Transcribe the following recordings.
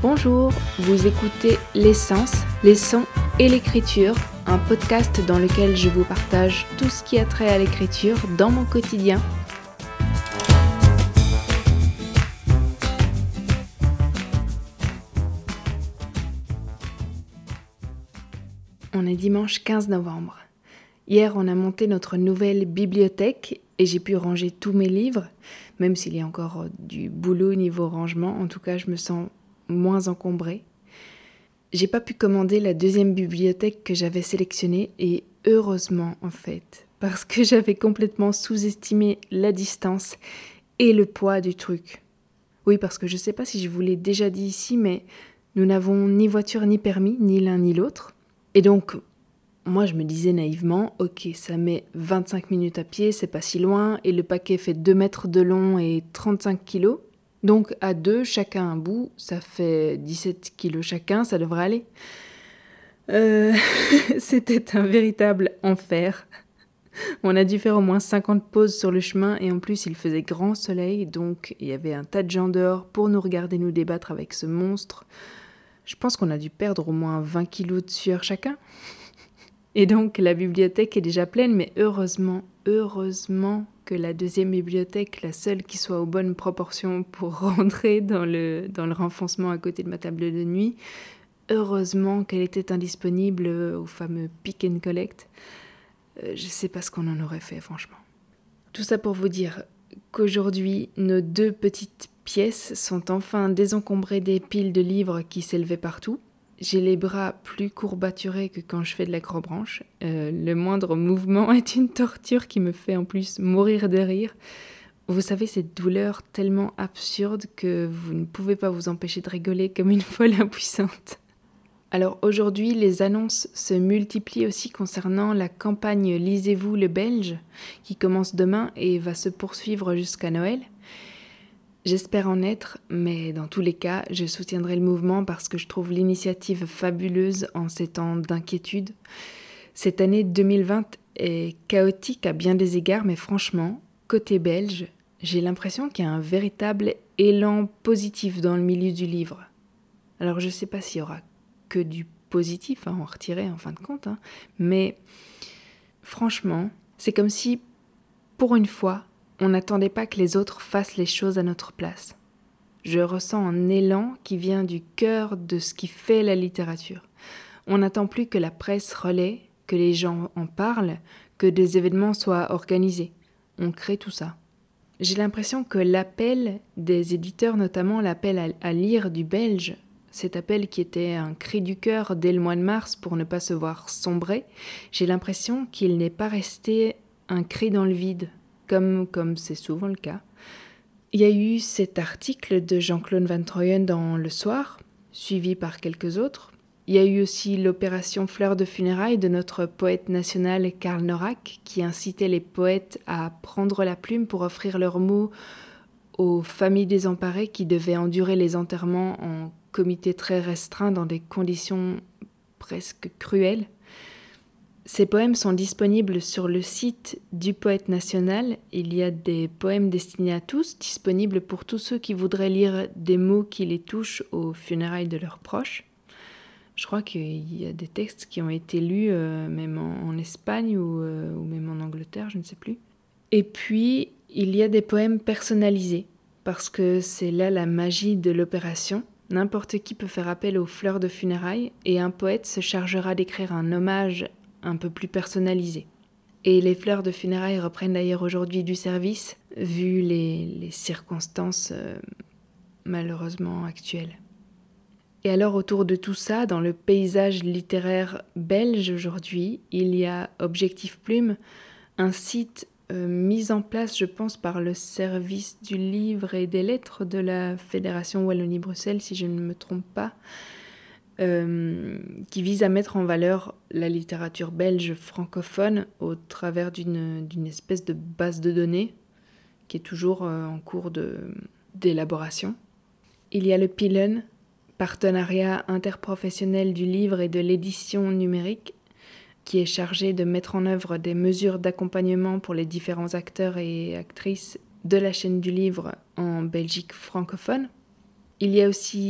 Bonjour, vous écoutez L'essence, les sons et l'écriture, un podcast dans lequel je vous partage tout ce qui a trait à l'écriture dans mon quotidien. On est dimanche 15 novembre. Hier, on a monté notre nouvelle bibliothèque et j'ai pu ranger tous mes livres, même s'il y a encore du boulot niveau rangement. En tout cas, je me sens moins encombrée. J'ai pas pu commander la deuxième bibliothèque que j'avais sélectionnée et heureusement en fait, parce que j'avais complètement sous-estimé la distance et le poids du truc. Oui, parce que je sais pas si je vous l'ai déjà dit ici, mais nous n'avons ni voiture ni permis, ni l'un ni l'autre. Et donc, moi je me disais naïvement, ok, ça met 25 minutes à pied, c'est pas si loin, et le paquet fait 2 mètres de long et 35 kilos. Donc à 2, chacun un bout, ça fait 17 kilos chacun, ça devrait aller. C'était un véritable enfer. On a dû faire au moins 50 pauses sur le chemin et en plus il faisait grand soleil, donc il y avait un tas de gens dehors pour nous regarder nous débattre avec ce monstre. Je pense qu'on a dû perdre au moins 20 kilos de sueur chacun. Et donc la bibliothèque est déjà pleine, mais heureusement que la deuxième bibliothèque, la seule qui soit aux bonnes proportions pour rentrer dans le renfoncement à côté de ma table de nuit, heureusement qu'elle était indisponible au fameux pick and collect. Je sais pas ce qu'on en aurait fait, franchement. Tout ça pour vous dire qu'aujourd'hui, nos 2 petites pièces sont enfin désencombrées des piles de livres qui s'élevaient partout. J'ai les bras plus courbaturés que quand je fais de l'acrobranche. Le moindre mouvement est une torture qui me fait en plus mourir de rire. Vous savez, cette douleur tellement absurde que vous ne pouvez pas vous empêcher de rigoler comme une folle impuissante. Alors aujourd'hui, les annonces se multiplient aussi concernant la campagne Lisez-vous le Belge qui commence demain et va se poursuivre jusqu'à Noël. J'espère en être, mais dans tous les cas, je soutiendrai le mouvement parce que je trouve l'initiative fabuleuse en ces temps d'inquiétude. Cette année 2020 est chaotique à bien des égards, mais franchement, côté belge, j'ai l'impression qu'il y a un véritable élan positif dans le milieu du livre. Alors je ne sais pas s'il y aura que du positif à en retirer en fin de compte, mais franchement, c'est comme si, pour une fois, on n'attendait pas que les autres fassent les choses à notre place. Je ressens un élan qui vient du cœur de ce qui fait la littérature. On n'attend plus que la presse relaie, que les gens en parlent, que des événements soient organisés. On crée tout ça. J'ai l'impression que l'appel des éditeurs, notamment l'appel à lire du belge, cet appel qui était un cri du cœur dès le mois de mars pour ne pas se voir sombrer, j'ai l'impression qu'il n'est pas resté un cri dans le vide, comme c'est souvent le cas. Il y a eu cet article de Jean-Claude Van Troyen dans Le Soir, suivi par quelques autres. Il y a eu aussi l'opération Fleurs de funérailles de notre poète national Karl Norak, qui incitait les poètes à prendre la plume pour offrir leurs mots aux familles désemparées qui devaient endurer les enterrements en comité très restreint dans des conditions presque cruelles. Ces poèmes sont disponibles sur le site du poète national. Il y a des poèmes destinés à tous, disponibles pour tous ceux qui voudraient lire des mots qui les touchent aux funérailles de leurs proches. Je crois qu'il y a des textes qui ont été lus même en Espagne ou même en Angleterre, je ne sais plus. Et puis, il y a des poèmes personnalisés, parce que c'est là la magie de l'opération. N'importe qui peut faire appel aux fleurs de funérailles et un poète se chargera d'écrire un hommage un peu plus personnalisé. Et les fleurs de funérailles reprennent d'ailleurs aujourd'hui du service, vu les circonstances malheureusement actuelles. Et alors autour de tout ça, dans le paysage littéraire belge aujourd'hui, il y a Objectif Plume, un site mis en place, je pense, par le service du livre et des lettres de la Fédération Wallonie-Bruxelles, si je ne me trompe pas, qui vise à mettre en valeur la littérature belge francophone au travers d'une espèce de base de données qui est toujours en cours d'élaboration. Il y a le PILEN, partenariat interprofessionnel du livre et de l'édition numérique, qui est chargé de mettre en œuvre des mesures d'accompagnement pour les différents acteurs et actrices de la chaîne du livre en Belgique francophone. Il y a aussi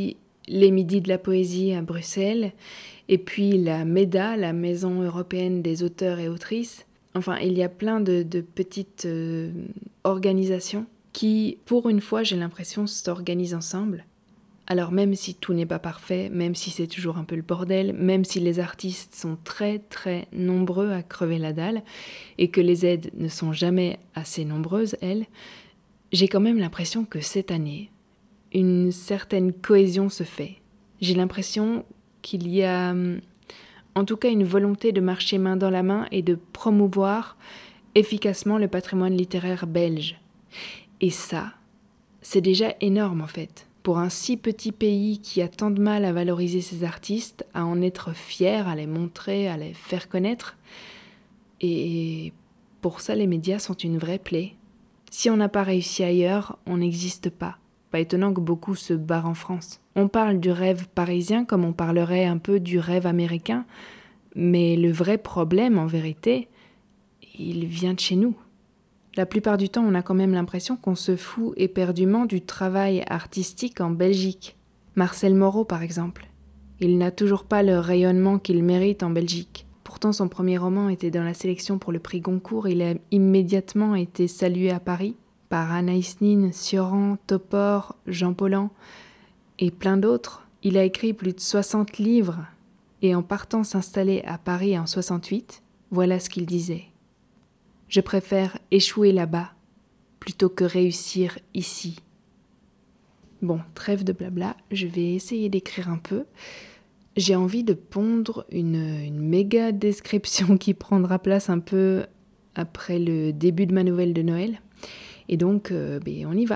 les Midis de la Poésie à Bruxelles, et puis la MEDA, la Maison européenne des auteurs et autrices. Enfin, il y a plein de petites organisations qui, pour une fois, j'ai l'impression, s'organisent ensemble. Alors même si tout n'est pas parfait, même si c'est toujours un peu le bordel, même si les artistes sont très très nombreux à crever la dalle, et que les aides ne sont jamais assez nombreuses, elles, j'ai quand même l'impression que cette année, une certaine cohésion se fait. J'ai l'impression qu'il y a en tout cas une volonté de marcher main dans la main et de promouvoir efficacement le patrimoine littéraire belge. Et ça, c'est déjà énorme en fait. Pour un si petit pays qui a tant de mal à valoriser ses artistes, à en être fier, à les montrer, à les faire connaître. Et pour ça, les médias sont une vraie plaie. Si on n'a pas réussi ailleurs, on n'existe pas. Pas étonnant que beaucoup se barrent en France. On parle du rêve parisien comme on parlerait un peu du rêve américain, mais le vrai problème, en vérité, il vient de chez nous. La plupart du temps, on a quand même l'impression qu'on se fout éperdument du travail artistique en Belgique. Marcel Moreau, par exemple. Il n'a toujours pas le rayonnement qu'il mérite en Belgique. Pourtant, son premier roman était dans la sélection pour le prix Goncourt. Il a immédiatement été salué à Paris par Anaïs Nin, Sioran, Topor, Jean Paulhan et plein d'autres. Il a écrit plus de 60 livres et en partant s'installer à Paris en 68, voilà ce qu'il disait. « Je préfère échouer là-bas plutôt que réussir ici. » Bon, trêve de blabla, je vais essayer d'écrire un peu. J'ai envie de pondre une méga description qui prendra place un peu après le début de ma nouvelle de Noël. Et donc, on y va.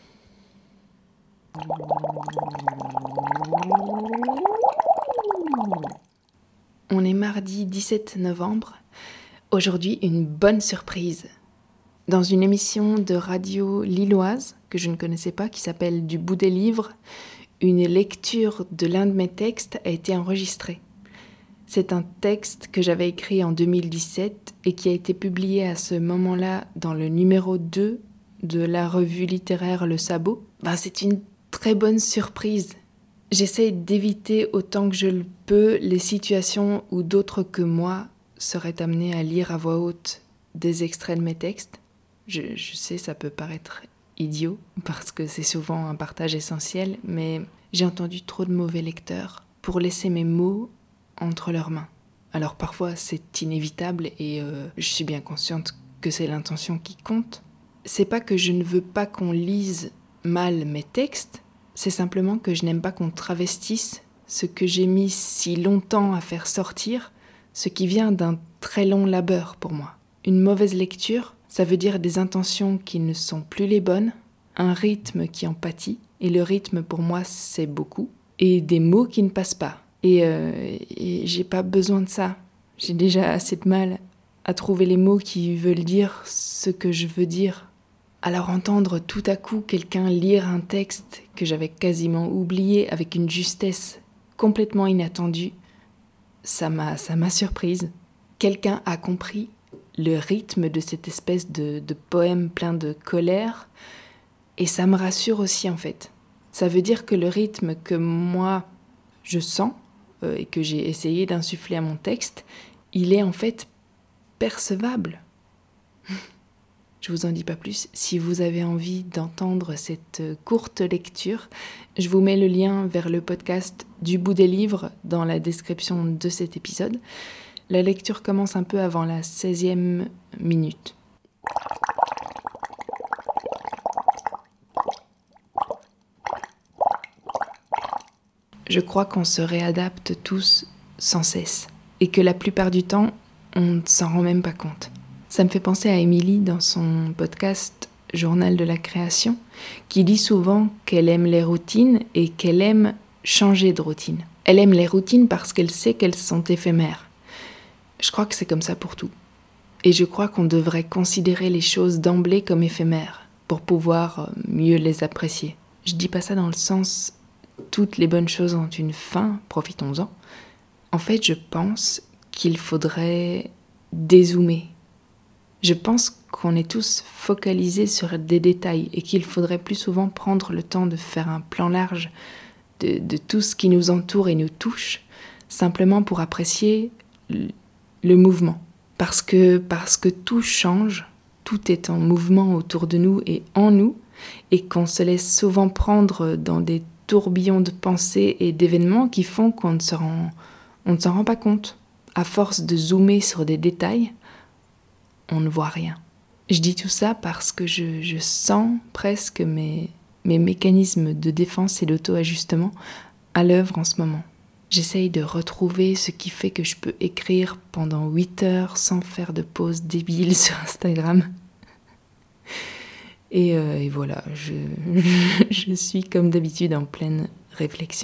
On est mardi 17 novembre. Aujourd'hui, une bonne surprise. Dans une émission de radio lilloise, que je ne connaissais pas, qui s'appelle Du bout des livres, une lecture de l'un de mes textes a été enregistrée. C'est un texte que j'avais écrit en 2017 et qui a été publié à ce moment-là dans le numéro 2 de la revue littéraire Le Sabot. C'est une très bonne surprise. J'essaie d'éviter autant que je le peux les situations où d'autres que moi seraient amenés à lire à voix haute des extraits de mes textes. Je sais, ça peut paraître idiot, parce que c'est souvent un partage essentiel, mais j'ai entendu trop de mauvais lecteurs pour laisser mes mots entre leurs mains. Alors parfois c'est inévitable et je suis bien consciente que c'est l'intention qui compte. C'est pas que je ne veux pas qu'on lise mal mes textes, c'est simplement que je n'aime pas qu'on travestisse ce que j'ai mis si longtemps à faire sortir, ce qui vient d'un très long labeur pour moi. Une mauvaise lecture, ça veut dire des intentions qui ne sont plus les bonnes, un rythme qui en pâtit, et le rythme pour moi c'est beaucoup, et des mots qui ne passent pas. Et j'ai pas besoin de ça. J'ai déjà assez de mal à trouver les mots qui veulent dire ce que je veux dire. Alors entendre tout à coup quelqu'un lire un texte que j'avais quasiment oublié avec une justesse complètement inattendue, ça m'a surprise. Quelqu'un a compris le rythme de cette espèce de poème plein de colère, et ça me rassure aussi en fait. Ça veut dire que le rythme que moi je sens et que j'ai essayé d'insuffler à mon texte, il est en fait percevable. Je vous en dis pas plus. Si vous avez envie d'entendre cette courte lecture, je vous mets le lien vers le podcast Du bout des livres dans la description de cet épisode. La lecture commence un peu avant la 16e minute. Je crois qu'on se réadapte tous sans cesse et que la plupart du temps, on ne s'en rend même pas compte. Ça me fait penser à Émilie dans son podcast Journal de la création, qui dit souvent qu'elle aime les routines et qu'elle aime changer de routine. Elle aime les routines parce qu'elle sait qu'elles sont éphémères. Je crois que c'est comme ça pour tout. Et je crois qu'on devrait considérer les choses d'emblée comme éphémères pour pouvoir mieux les apprécier. Je dis pas ça dans le sens toutes les bonnes choses ont une fin, profitons-en. En fait, je pense qu'il faudrait dézoomer. Je pense qu'on est tous focalisés sur des détails et qu'il faudrait plus souvent prendre le temps de faire un plan large de tout ce qui nous entoure et nous touche, simplement pour apprécier le mouvement. Parce que tout change, tout est en mouvement autour de nous et en nous, et qu'on se laisse souvent prendre dans des tourbillons de pensées et d'événements qui font qu'on ne s'en rend pas compte. À force de zoomer sur des détails, on ne voit rien. Je dis tout ça parce que je sens presque mes mécanismes de défense et d'auto-ajustement à l'œuvre en ce moment. J'essaye de retrouver ce qui fait que je peux écrire pendant 8 heures sans faire de pause débile sur Instagram. Et voilà, je suis comme d'habitude en pleine réflexion.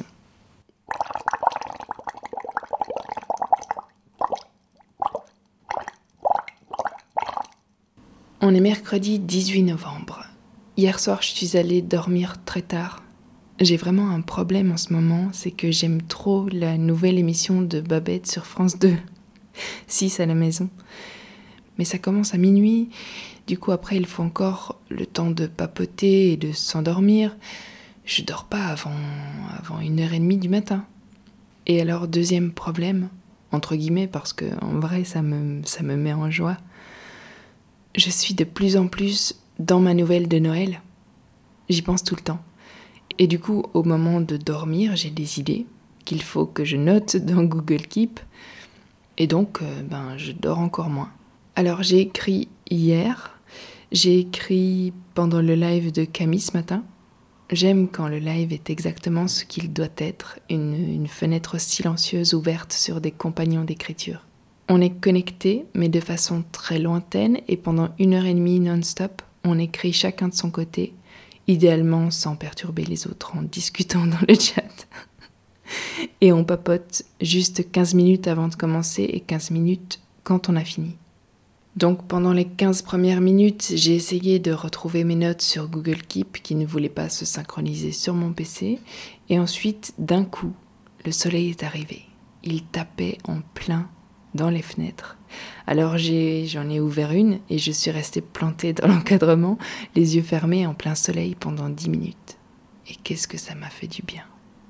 On est mercredi 18 novembre. Hier soir, je suis allée dormir très tard. J'ai vraiment un problème en ce moment, c'est que j'aime trop la nouvelle émission de Babette sur France 2, 6 à la maison. Mais ça commence à minuit, du coup après il faut encore le temps de papoter et de s'endormir. Je dors pas avant 1h30 du matin. Et alors deuxième problème, entre guillemets, parce que en vrai ça me met en joie, je suis de plus en plus dans ma nouvelle de Noël. J'y pense tout le temps. Et du coup, au moment de dormir, j'ai des idées qu'il faut que je note dans Google Keep. Et donc, je dors encore moins. Alors, j'ai écrit hier, j'ai écrit pendant le live de Camille ce matin. J'aime quand le live est exactement ce qu'il doit être, une fenêtre silencieuse ouverte sur des compagnons d'écriture. On est connectés, mais de façon très lointaine, et pendant 1h30 non-stop, on écrit chacun de son côté, idéalement sans perturber les autres en discutant dans le chat. Et on papote juste 15 minutes avant de commencer et 15 minutes quand on a fini. Donc pendant les 15 premières minutes, j'ai essayé de retrouver mes notes sur Google Keep qui ne voulaient pas se synchroniser sur mon PC. Et ensuite, d'un coup, le soleil est arrivé. Il tapait en plein dans les fenêtres. Alors j'en ai ouvert une et je suis restée plantée dans l'encadrement, les yeux fermés en plein soleil pendant 10 minutes. Et qu'est-ce que ça m'a fait du bien.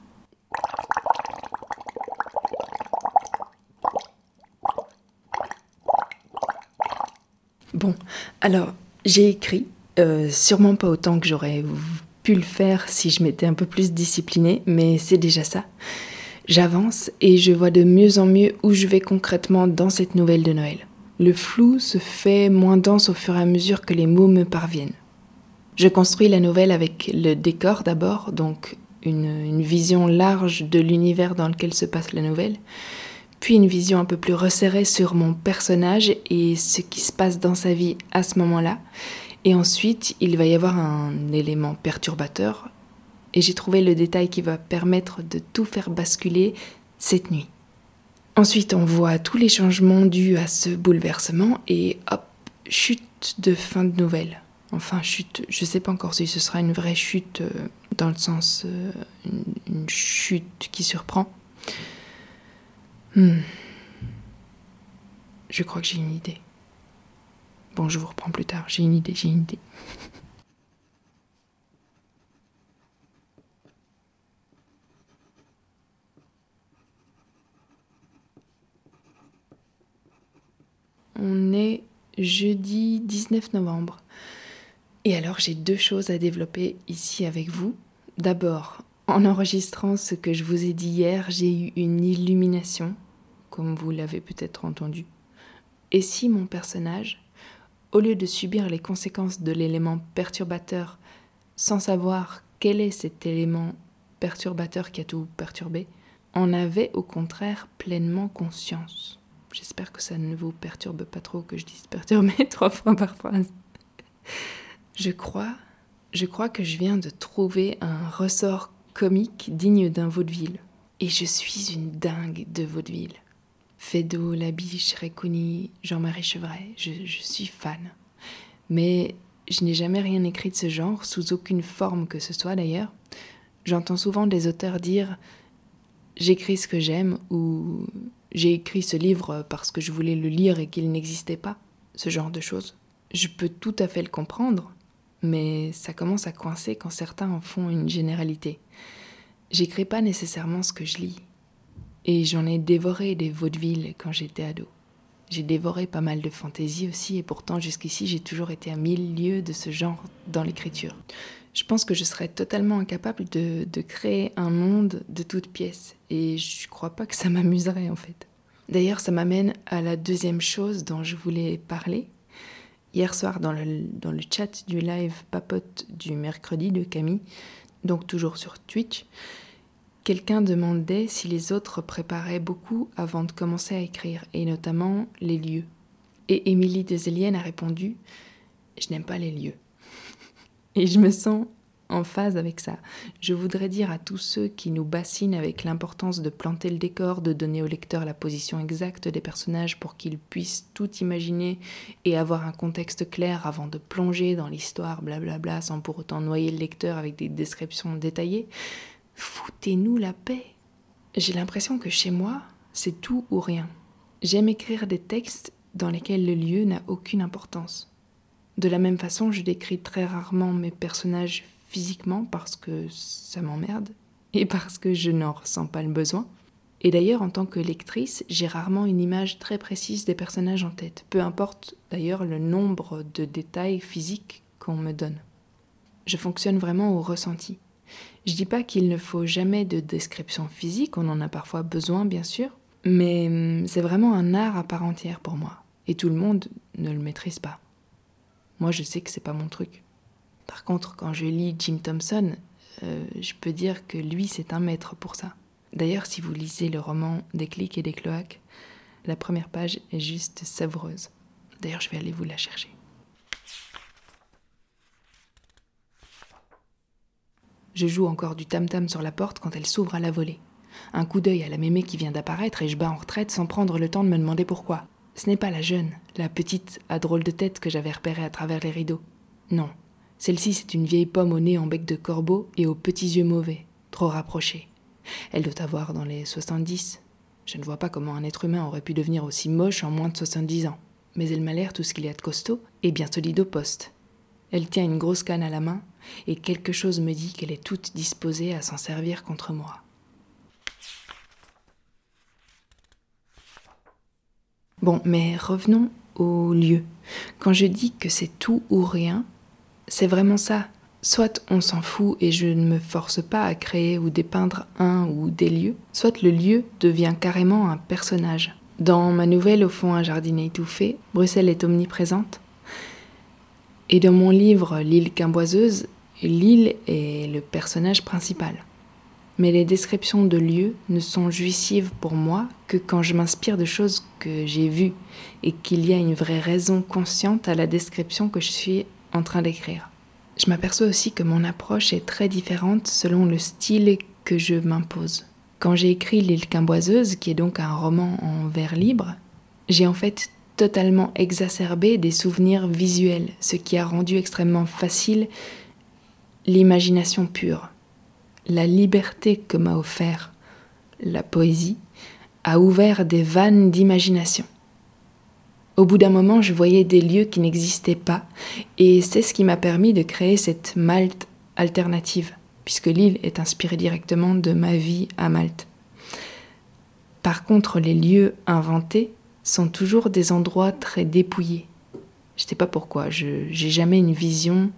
Bon, alors j'ai écrit, sûrement pas autant que j'aurais pu le faire si je m'étais un peu plus disciplinée, mais c'est déjà ça. J'avance et je vois de mieux en mieux où je vais concrètement dans cette nouvelle de Noël. Le flou se fait moins dense au fur et à mesure que les mots me parviennent. Je construis la nouvelle avec le décor d'abord, donc une vision large de l'univers dans lequel se passe la nouvelle, puis une vision un peu plus resserrée sur mon personnage et ce qui se passe dans sa vie à ce moment-là. Et ensuite, il va y avoir un élément perturbateur. Et j'ai trouvé le détail qui va permettre de tout faire basculer cette nuit. Ensuite, on voit tous les changements dus à ce bouleversement et hop, chute de fin de nouvelle. Enfin, chute, je ne sais pas encore si ce sera une vraie chute dans le sens une chute qui surprend. Je crois que j'ai une idée. Bon, je vous reprends plus tard, j'ai une idée. On est jeudi 19 novembre. Et alors j'ai 2 choses à développer ici avec vous. D'abord, en enregistrant ce que je vous ai dit hier, j'ai eu une illumination, comme vous l'avez peut-être entendu. Et si mon personnage, au lieu de subir les conséquences de l'élément perturbateur sans savoir quel est cet élément perturbateur qui a tout perturbé, en avait au contraire pleinement conscience. J'espère que ça ne vous perturbe pas trop que je dise perturber 3 fois par phrase. Je crois que je viens de trouver un ressort comique digne d'un vaudeville. Et je suis une dingue de vaudeville. Feydeau, Labiche, Réconi, Jean-Marie Chevret, je suis fan. Mais je n'ai jamais rien écrit de ce genre, sous aucune forme que ce soit d'ailleurs. J'entends souvent des auteurs dire « j'écris ce que j'aime » ou « j'ai écrit ce livre parce que je voulais le lire et qu'il n'existait pas », ce genre de choses. Je peux tout à fait le comprendre, mais ça commence à coincer quand certains en font une généralité. J'écris pas nécessairement ce que je lis. Et j'en ai dévoré des vaudevilles quand j'étais ado. J'ai dévoré pas mal de fantaisie aussi, et pourtant jusqu'ici j'ai toujours été à 1000 lieues de ce genre dans l'écriture. Je pense que je serais totalement incapable de créer un monde de toutes pièces, et je crois pas que ça m'amuserait en fait. D'ailleurs, ça m'amène à la deuxième chose dont je voulais parler. Hier soir, dans le chat du live papote du mercredi de Camille, donc toujours sur Twitch, quelqu'un demandait si les autres préparaient beaucoup avant de commencer à écrire, et notamment les lieux. Et Émilie de Zélienne a répondu « Je n'aime pas les lieux ». Et je me sens en phase avec ça. Je voudrais dire à tous ceux qui nous bassinent avec l'importance de planter le décor, de donner au lecteur la position exacte des personnages pour qu'ils puissent tout imaginer et avoir un contexte clair avant de plonger dans l'histoire, blablabla, sans pour autant noyer le lecteur avec des descriptions détaillées. Foutez-nous la paix. J'ai l'impression que chez moi, c'est tout ou rien. J'aime écrire des textes dans lesquels le lieu n'a aucune importance. De la même façon, je décris très rarement mes personnages physiquement parce que ça m'emmerde et parce que je n'en ressens pas le besoin. Et d'ailleurs, en tant que lectrice, j'ai rarement une image très précise des personnages en tête, peu importe d'ailleurs le nombre de détails physiques qu'on me donne. Je fonctionne vraiment au ressenti. Je dis pas qu'il ne faut jamais de description physique, on en a parfois besoin bien sûr, mais c'est vraiment un art à part entière pour moi, et tout le monde ne le maîtrise pas. Moi je sais que c'est pas mon truc. Par contre, quand je lis Jim Thompson, je peux dire que lui c'est un maître pour ça. D'ailleurs, si vous lisez le roman Des clics et des cloaques, la première page est juste savoureuse. D'ailleurs, je vais aller vous la chercher. Je joue encore du tam-tam sur la porte quand elle s'ouvre à la volée. Un coup d'œil à la mémé qui vient d'apparaître et je bats en retraite sans prendre le temps de me demander pourquoi. Ce n'est pas la jeune, la petite à drôle de tête que j'avais repérée à travers les rideaux. Non, celle-ci c'est une vieille pomme au nez en bec de corbeau et aux petits yeux mauvais, trop rapprochés. Elle doit avoir dans les 70. Je ne vois pas comment un être humain aurait pu devenir aussi moche en moins de 70 ans. Mais elle m'a l'air tout ce qu'il y a de costaud et bien solide au poste. Elle tient une grosse canne à la main et quelque chose me dit qu'elle est toute disposée à s'en servir contre moi. Bon, mais revenons au lieu. Quand je dis que c'est tout ou rien, c'est vraiment ça. Soit on s'en fout et je ne me force pas à créer ou dépeindre un ou des lieux, soit le lieu devient carrément un personnage. Dans ma nouvelle Au fond un jardinet étouffé, Bruxelles est omniprésente. Et dans mon livre L'île quimboiseuse, l'île est le personnage principal. Mais les descriptions de lieux ne sont jouissives pour moi que quand je m'inspire de choses que j'ai vues et qu'il y a une vraie raison consciente à la description que je suis en train d'écrire. Je m'aperçois aussi que mon approche est très différente selon le style que je m'impose. Quand j'ai écrit L'île quimboiseuse, qui est donc un roman en vers libre, j'ai en fait totalement exacerbé des souvenirs visuels, ce qui a rendu extrêmement facile l'imagination pure. La liberté que m'a offert la poésie a ouvert des vannes d'imagination. Au bout d'un moment, je voyais des lieux qui n'existaient pas, et c'est ce qui m'a permis de créer cette Malte alternative, puisque l'île est inspirée directement de ma vie à Malte. Par contre, les lieux inventés sont toujours des endroits très dépouillés. Je ne sais pas pourquoi, j'ai jamais eu une vision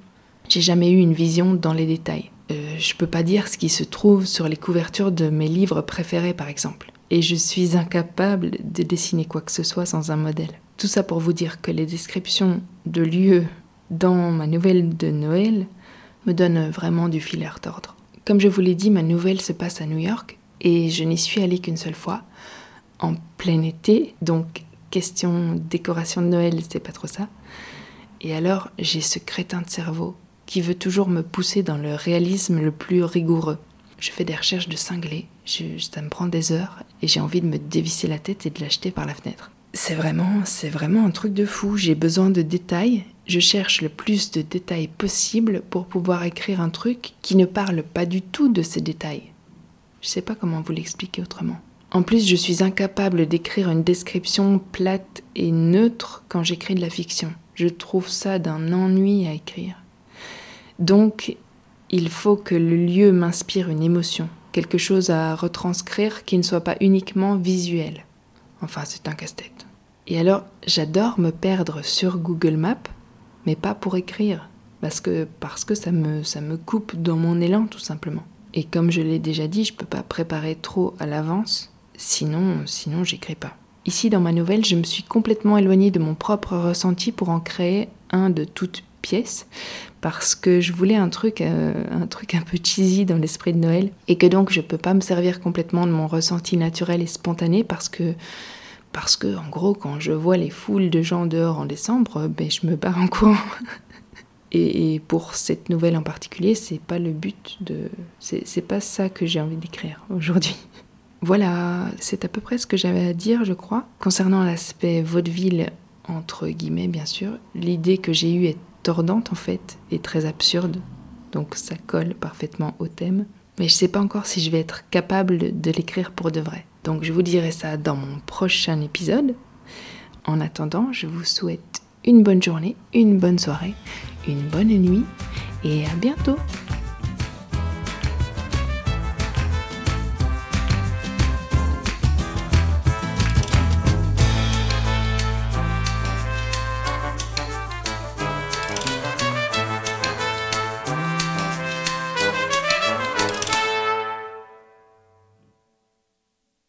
dans les détails. Je peux pas dire ce qui se trouve sur les couvertures de mes livres préférés, par exemple. Et je suis incapable de dessiner quoi que ce soit sans un modèle. Tout ça pour vous dire que les descriptions de lieux dans ma nouvelle de Noël me donnent vraiment du fil à retordre. Comme je vous l'ai dit, ma nouvelle se passe à New York et je n'y suis allée qu'une seule fois, en plein été, donc question décoration de Noël, c'est pas trop ça. Et alors, j'ai ce crétin de cerveau qui veut toujours me pousser dans le réalisme le plus rigoureux. Je fais des recherches de cinglés, ça me prend des heures et j'ai envie de me dévisser la tête et de l'acheter par la fenêtre. C'est vraiment un truc de fou, j'ai besoin de détails, je cherche le plus de détails possible pour pouvoir écrire un truc qui ne parle pas du tout de ces détails. Je sais pas comment vous l'expliquer autrement. En plus, je suis incapable d'écrire une description plate et neutre quand j'écris de la fiction. Je trouve ça d'un ennui à écrire. Donc, il faut que le lieu m'inspire une émotion, quelque chose à retranscrire qui ne soit pas uniquement visuel. Enfin, c'est un casse-tête. Et alors, j'adore me perdre sur Google Maps, mais pas pour écrire, parce que ça me coupe dans mon élan, tout simplement. Et comme je l'ai déjà dit, je peux pas préparer trop à l'avance, sinon j'écris pas. Ici, dans ma nouvelle, je me suis complètement éloignée de mon propre ressenti pour en créer un de toute pièce, parce que je voulais un truc un peu cheesy dans l'esprit de Noël, et que donc je peux pas me servir complètement de mon ressenti naturel et spontané, parce que en gros, quand je vois les foules de gens dehors en décembre, je me barre en courant. Et pour cette nouvelle en particulier, c'est pas le but c'est pas ça que j'ai envie d'écrire aujourd'hui. Voilà, c'est à peu près ce que j'avais à dire, je crois. Concernant l'aspect vaudeville, entre guillemets, bien sûr, l'idée que j'ai eue est tordante, en fait, et très absurde. Donc ça colle parfaitement au thème. Mais je sais pas encore si je vais être capable de l'écrire pour de vrai. Donc je vous dirai ça dans mon prochain épisode. En attendant, je vous souhaite une bonne journée, une bonne soirée, une bonne nuit et à bientôt.